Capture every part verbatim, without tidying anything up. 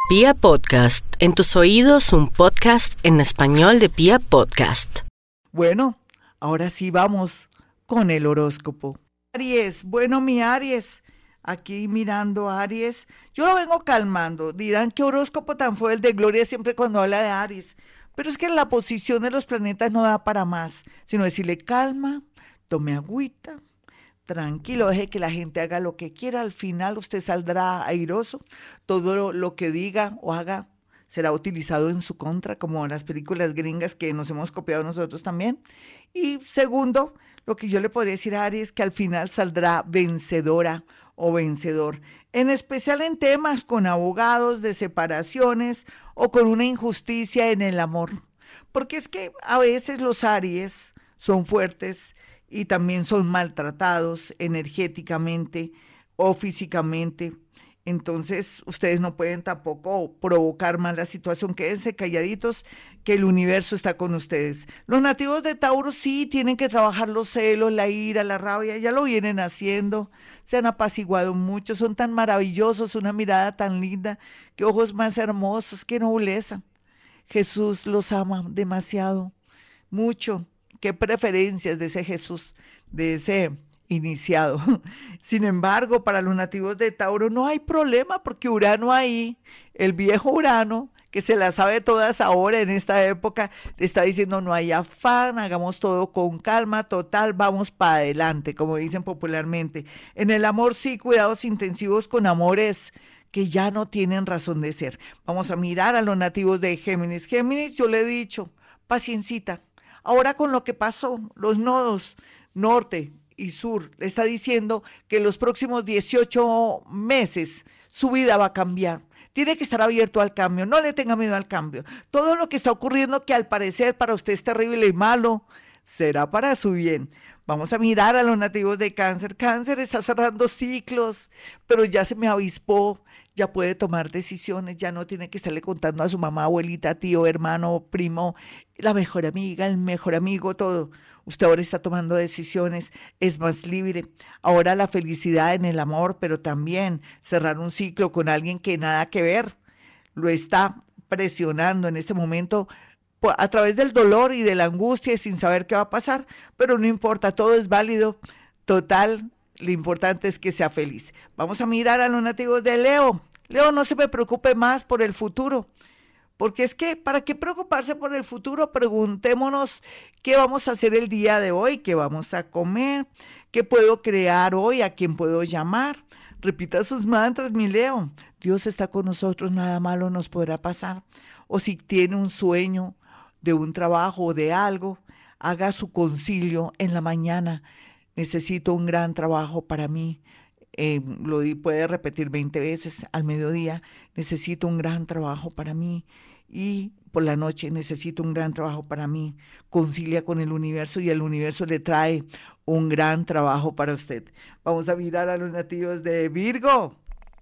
Pia Podcast, en tus oídos un podcast en español de Pia Podcast. Bueno, ahora sí vamos con el horóscopo. Aries, bueno mi Aries, aquí mirando a Aries, yo lo vengo calmando, dirán qué horóscopo tan fue el de Gloria siempre cuando habla de Aries, pero es que la posición de los planetas no da para más, sino decirle calma, tome agüita, tranquilo, deje que la gente haga lo que quiera, al final usted saldrá airoso, todo lo, lo que diga o haga será utilizado en su contra, como en las películas gringas que nos hemos copiado nosotros también. Y segundo, lo que yo le podría decir a Aries es que al final saldrá vencedora o vencedor, en especial en temas con abogados de separaciones o con una injusticia en el amor, porque es que a veces los Aries son fuertes y también son maltratados energéticamente o físicamente. Entonces, ustedes no pueden tampoco provocar más la situación. Quédense calladitos, que el universo está con ustedes. Los nativos de Tauro sí tienen que trabajar los celos, la ira, la rabia, ya lo vienen haciendo, se han apaciguado mucho, son tan maravillosos, una mirada tan linda, qué ojos más hermosos, qué nobleza. Jesús los ama demasiado, mucho. Qué preferencias de ese Jesús, de ese iniciado. Sin embargo, para los nativos de Tauro no hay problema porque Urano ahí, el viejo Urano, que se la sabe todas ahora en esta época, le está diciendo no hay afán, hagamos todo con calma, total, vamos para adelante, como dicen popularmente. En el amor sí, cuidados intensivos con amores que ya no tienen razón de ser. Vamos a mirar a los nativos de Géminis. Géminis, yo le he dicho, paciencita. Ahora con lo que pasó, los nodos norte y sur, le está diciendo que en los próximos dieciocho meses su vida va a cambiar. Tiene que estar abierto al cambio, no le tenga miedo al cambio. Todo lo que está ocurriendo que al parecer para usted es terrible y malo, será para su bien. Vamos a mirar a los nativos de Cáncer. Cáncer está cerrando ciclos, pero ya se me avispó, ya puede tomar decisiones, ya no tiene que estarle contando a su mamá, abuelita, tío, hermano, primo, la mejor amiga, el mejor amigo, todo. Usted ahora está tomando decisiones, es más libre. Ahora la felicidad en el amor, pero también cerrar un ciclo con alguien que nada que ver, lo está presionando en este momento a través del dolor y de la angustia y sin saber qué va a pasar, pero no importa, todo es válido, total, lo importante es que sea feliz. Vamos a mirar a los nativos de Leo. Leo, no se me preocupe más por el futuro, porque es que, ¿para qué preocuparse por el futuro? Preguntémonos qué vamos a hacer el día de hoy, qué vamos a comer, qué puedo crear hoy, a quién puedo llamar. Repita sus mantras, mi Leo. Dios está con nosotros, nada malo nos podrá pasar. O si tiene un sueño de un trabajo o de algo, haga su concilio en la mañana. Necesito un gran trabajo para mí. Eh, lo puede repetir veinte veces al mediodía. Necesito un gran trabajo para mí. Y por la noche necesito un gran trabajo para mí. Concilia con el universo y el universo le trae un gran trabajo para usted. Vamos a mirar a los nativos de Virgo.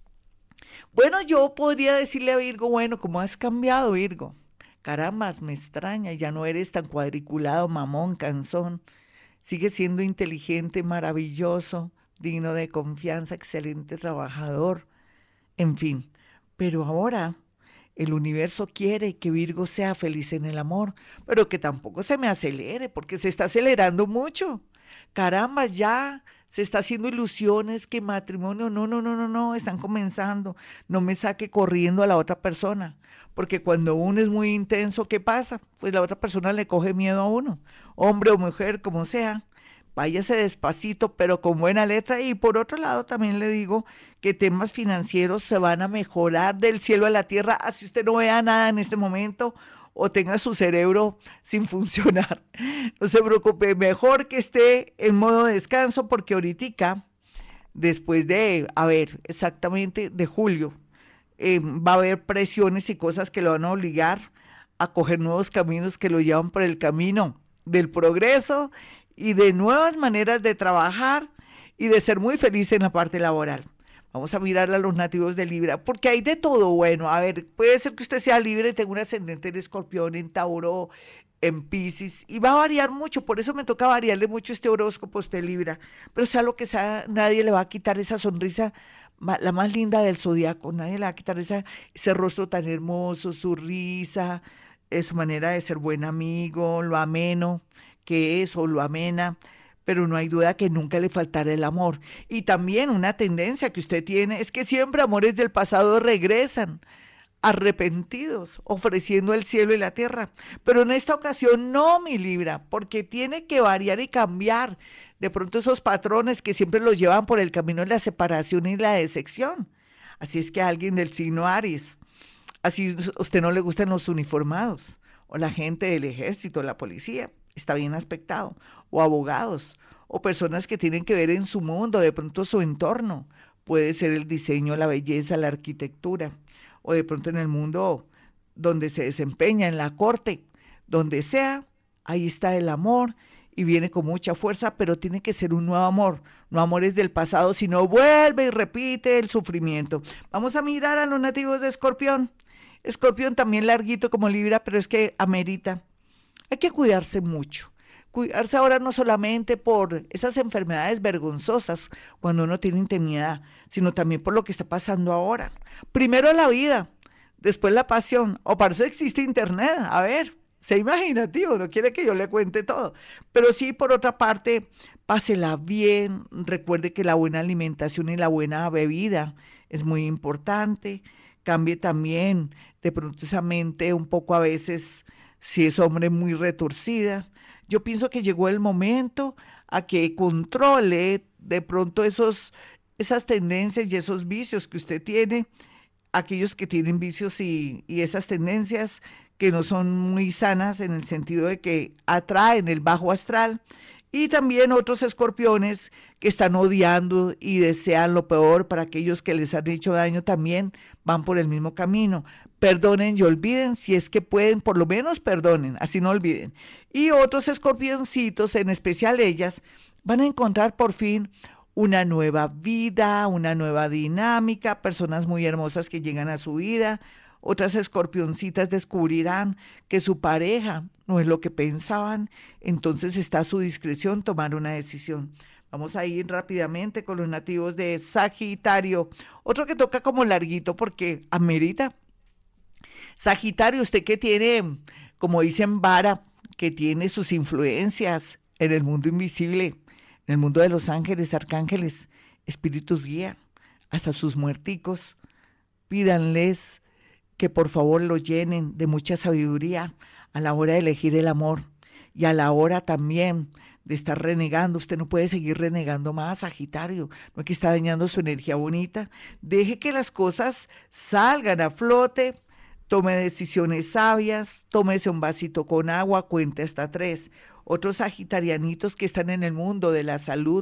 Bueno, yo podría decirle a Virgo, bueno, ¿cómo has cambiado, Virgo? Caramba, me extraña, ya no eres tan cuadriculado, mamón, cansón. Sigue siendo inteligente, maravilloso, digno de confianza, excelente trabajador, en fin. Pero ahora el universo quiere que Virgo sea feliz en el amor, pero que tampoco se me acelere, porque se está acelerando mucho. Caramba, ya se está haciendo ilusiones que matrimonio, no, no, no, no, no, están comenzando. No me saque corriendo a la otra persona, porque cuando uno es muy intenso, ¿qué pasa? Pues la otra persona le coge miedo a uno, hombre o mujer, como sea. Váyase despacito, pero con buena letra. Y por otro lado, también le digo que temas financieros se van a mejorar del cielo a la tierra, así usted no vea nada en este momento o tenga su cerebro sin funcionar. No se preocupe, mejor que esté en modo descanso, porque ahorita, después de, a ver, exactamente de julio, eh, va a haber presiones y cosas que lo van a obligar a coger nuevos caminos que lo llevan por el camino del progreso y de nuevas maneras de trabajar y de ser muy feliz en la parte laboral. Vamos a mirar a los nativos de Libra, porque hay de todo. Bueno, a ver, puede ser que usted sea Libra y tenga un ascendente en Escorpión, en Tauro, en Piscis, y va a variar mucho, por eso me toca variarle mucho este horóscopo a usted Libra, pero sea lo que sea, nadie le va a quitar esa sonrisa ma- la más linda del zodiaco. Nadie le va a quitar esa, ese rostro tan hermoso, su risa, eh, su manera de ser buen amigo, lo ameno que es o lo amena. Pero no hay duda que nunca le faltará el amor. Y también una tendencia que usted tiene es que siempre amores del pasado regresan arrepentidos, ofreciendo el cielo y la tierra. Pero en esta ocasión no, mi Libra, porque tiene que variar y cambiar de pronto esos patrones que siempre los llevan por el camino de la separación y la decepción. Así es que alguien del signo Aries, así a usted no le gustan los uniformados, o la gente del ejército, la policía, está bien aspectado, o abogados, o personas que tienen que ver en su mundo, de pronto su entorno, puede ser el diseño, la belleza, la arquitectura, o de pronto en el mundo donde se desempeña, en la corte, donde sea, ahí está el amor y viene con mucha fuerza, pero tiene que ser un nuevo amor, no amores del pasado, sino vuelve y repite el sufrimiento. Vamos a mirar a los nativos de Escorpión. Escorpión también larguito como Libra, pero es que amerita. Hay que cuidarse mucho. Cuidarse ahora no solamente por esas enfermedades vergonzosas cuando uno tiene intimidad, sino también por lo que está pasando ahora. Primero la vida, después la pasión, o para eso existe internet, a ver, sé imaginativo, no quiere que yo le cuente todo, pero sí, por otra parte, pásela bien, recuerde que la buena alimentación y la buena bebida es muy importante, cambie también de pronto esa mente un poco a veces, si es hombre muy retorcida. Yo pienso que llegó el momento a que controle de pronto esos, esas tendencias y esos vicios que usted tiene, aquellos que tienen vicios y, y esas tendencias que no son muy sanas en el sentido de que atraen el bajo astral, y también otros escorpiones que están odiando y desean lo peor para aquellos que les han hecho daño también van por el mismo camino. Perdonen y olviden, si es que pueden, por lo menos perdonen, así no olviden. Y otros escorpioncitos, en especial ellas, van a encontrar por fin una nueva vida, una nueva dinámica, personas muy hermosas que llegan a su vida. Otras escorpioncitas descubrirán que su pareja no es lo que pensaban, entonces está a su discreción tomar una decisión. Vamos a ir rápidamente con los nativos de Sagitario, otro que toca como larguito porque amerita. Sagitario, usted que tiene, como dicen, vara, que tiene sus influencias en el mundo invisible, en el mundo de los ángeles, arcángeles, espíritus guía, hasta sus muerticos, pídanles que por favor lo llenen de mucha sabiduría a la hora de elegir el amor y a la hora también de estar renegando. Usted no puede seguir renegando más, Sagitario, no es que está dañando su energía bonita. Deje que las cosas salgan a flote, tome decisiones sabias, tómese un vasito con agua, cuente hasta tres. Otros sagitarianitos que están en el mundo de la salud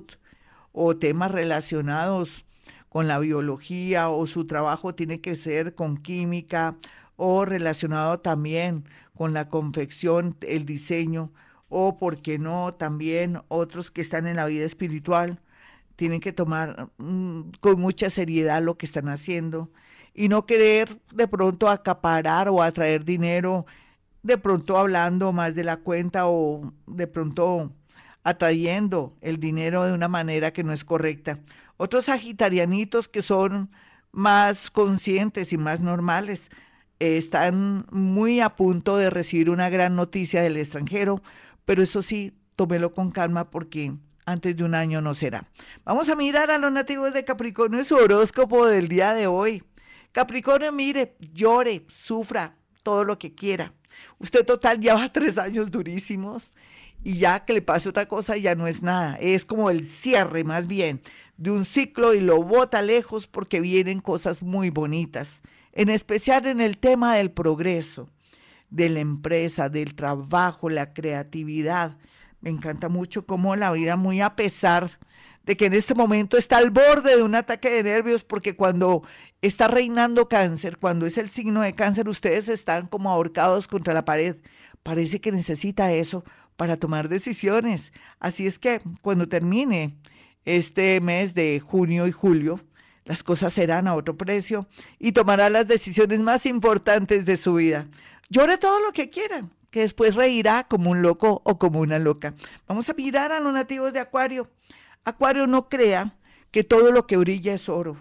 o temas relacionados con la biología, o su trabajo tiene que ser con química o relacionado también con la confección, el diseño, o por qué no, también otros que están en la vida espiritual tienen que tomar mmm, con mucha seriedad lo que están haciendo y no querer de pronto acaparar o atraer dinero, de pronto hablando más de la cuenta o de pronto atrayendo el dinero de una manera que no es correcta. Otros sagitarianitos que son más conscientes y más normales eh, están muy a punto de recibir una gran noticia del extranjero, pero eso sí, tómelo con calma porque antes de un año no será. Vamos a mirar a los nativos de Capricornio, su horóscopo del día de hoy. Capricornio, mire, llore, sufra, todo lo que quiera. Usted total lleva tres años durísimos y ya que le pase otra cosa ya no es nada. Es como el cierre más bien de un ciclo y lo bota lejos porque vienen cosas muy bonitas, en especial en el tema del progreso, de la empresa, del trabajo, la creatividad. Me encanta mucho cómo la vida, muy a pesar de que en este momento está al borde de un ataque de nervios, porque cuando está reinando cáncer, cuando es el signo de cáncer, ustedes están como ahorcados contra la pared. Parece que necesita eso para tomar decisiones. Así es que cuando termine este mes de junio y julio, las cosas serán a otro precio y tomará las decisiones más importantes de su vida. Llore todo lo que quieran, que después reirá como un loco o como una loca. Vamos a mirar a los nativos de Acuario. Acuario, no crea que todo lo que brilla es oro.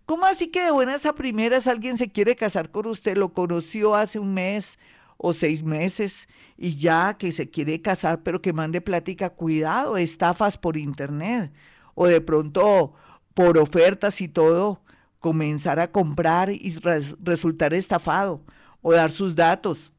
¿Cómo así que de buenas a primeras alguien se quiere casar con usted? Lo conoció hace un mes o seis meses y ya que se quiere casar, pero que mande plática, cuidado, estafas por internet o de pronto por ofertas y todo, comenzar a comprar y res- resultar estafado o dar sus datos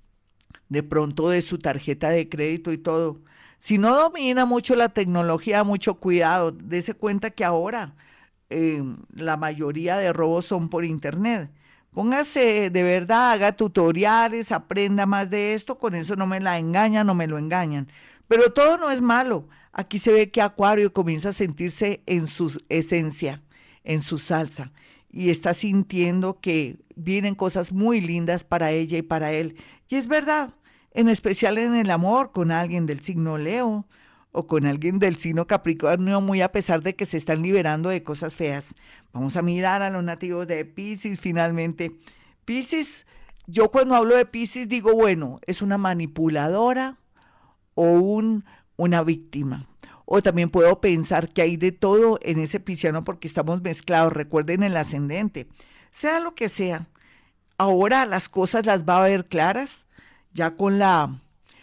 de pronto de su tarjeta de crédito y todo. Si no domina mucho la tecnología, mucho cuidado, dése cuenta que ahora eh, la mayoría de robos son por internet. Póngase de verdad, haga tutoriales, aprenda más de esto, con eso no me la engañan, no me lo engañan. Pero todo no es malo. Aquí se ve que Acuario comienza a sentirse en su esencia, en su salsa, y está sintiendo que vienen cosas muy lindas para ella y para él. Y es verdad, en especial en el amor con alguien del signo Leo o con alguien del signo Capricornio, muy a pesar de que se están liberando de cosas feas. Vamos a mirar a los nativos de Piscis finalmente. Piscis, yo cuando hablo de Piscis digo, bueno, es una manipuladora o un, una víctima. O también puedo pensar que hay de todo en ese pisciano porque estamos mezclados, recuerden el ascendente. Sea lo que sea, ahora las cosas las va a ver claras, ya con la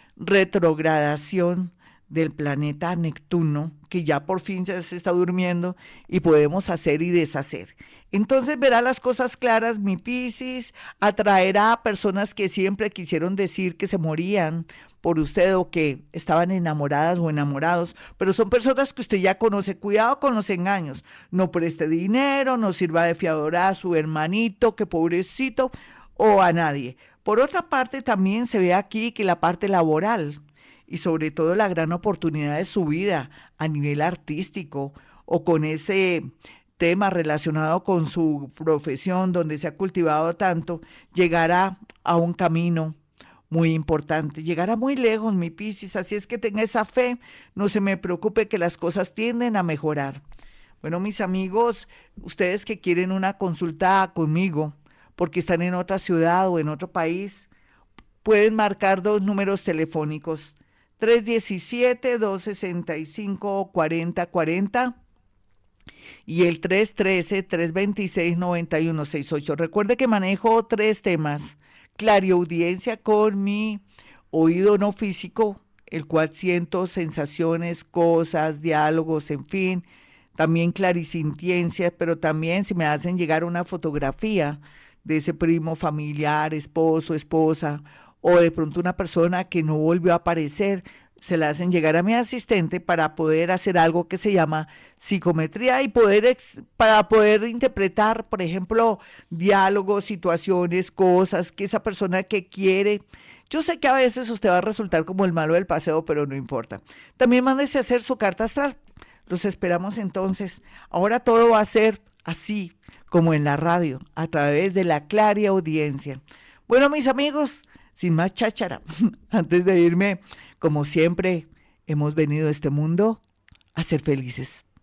retrogradación del planeta Neptuno, que ya por fin se, se está durmiendo y podemos hacer y deshacer. Entonces verá las cosas claras, mi Piscis, atraerá a personas que siempre quisieron decir que se morían por usted o que estaban enamoradas o enamorados, pero son personas que usted ya conoce. Cuidado con los engaños, no preste dinero, no sirva de fiadora a su hermanito, que pobrecito, o a nadie. Por otra parte, también se ve aquí que la parte laboral y sobre todo la gran oportunidad de su vida a nivel artístico o con ese tema relacionado con su profesión donde se ha cultivado tanto, llegará a un camino muy importante, llegará muy lejos, mi Piscis, así es que tenga esa fe, no se me preocupe que las cosas tienden a mejorar. Bueno, mis amigos, ustedes que quieren una consulta conmigo, porque están en otra ciudad o en otro país, pueden marcar dos números telefónicos, tres uno siete, dos seis cinco, cuatro cero cuatro cero y el tres uno tres, tres dos seis, nueve uno seis ocho. Recuerde que manejo tres temas: clariaudiencia con mi oído no físico, el cual siento sensaciones, cosas, diálogos, en fin, también clarisintiencia, pero también si me hacen llegar una fotografía de ese primo familiar, esposo, esposa, o de pronto una persona que no volvió a aparecer, se la hacen llegar a mi asistente para poder hacer algo que se llama psicometría y poder ex, para poder interpretar, por ejemplo, diálogos, situaciones, cosas que esa persona que quiere. Yo sé que a veces usted va a resultar como el malo del paseo, pero no importa. También mándese a hacer su carta astral. Los esperamos entonces. Ahora todo va a ser así, como en la radio, a través de la clariaudiencia. Bueno, mis amigos, sin más cháchara, antes de irme, como siempre, hemos venido a este mundo a ser felices.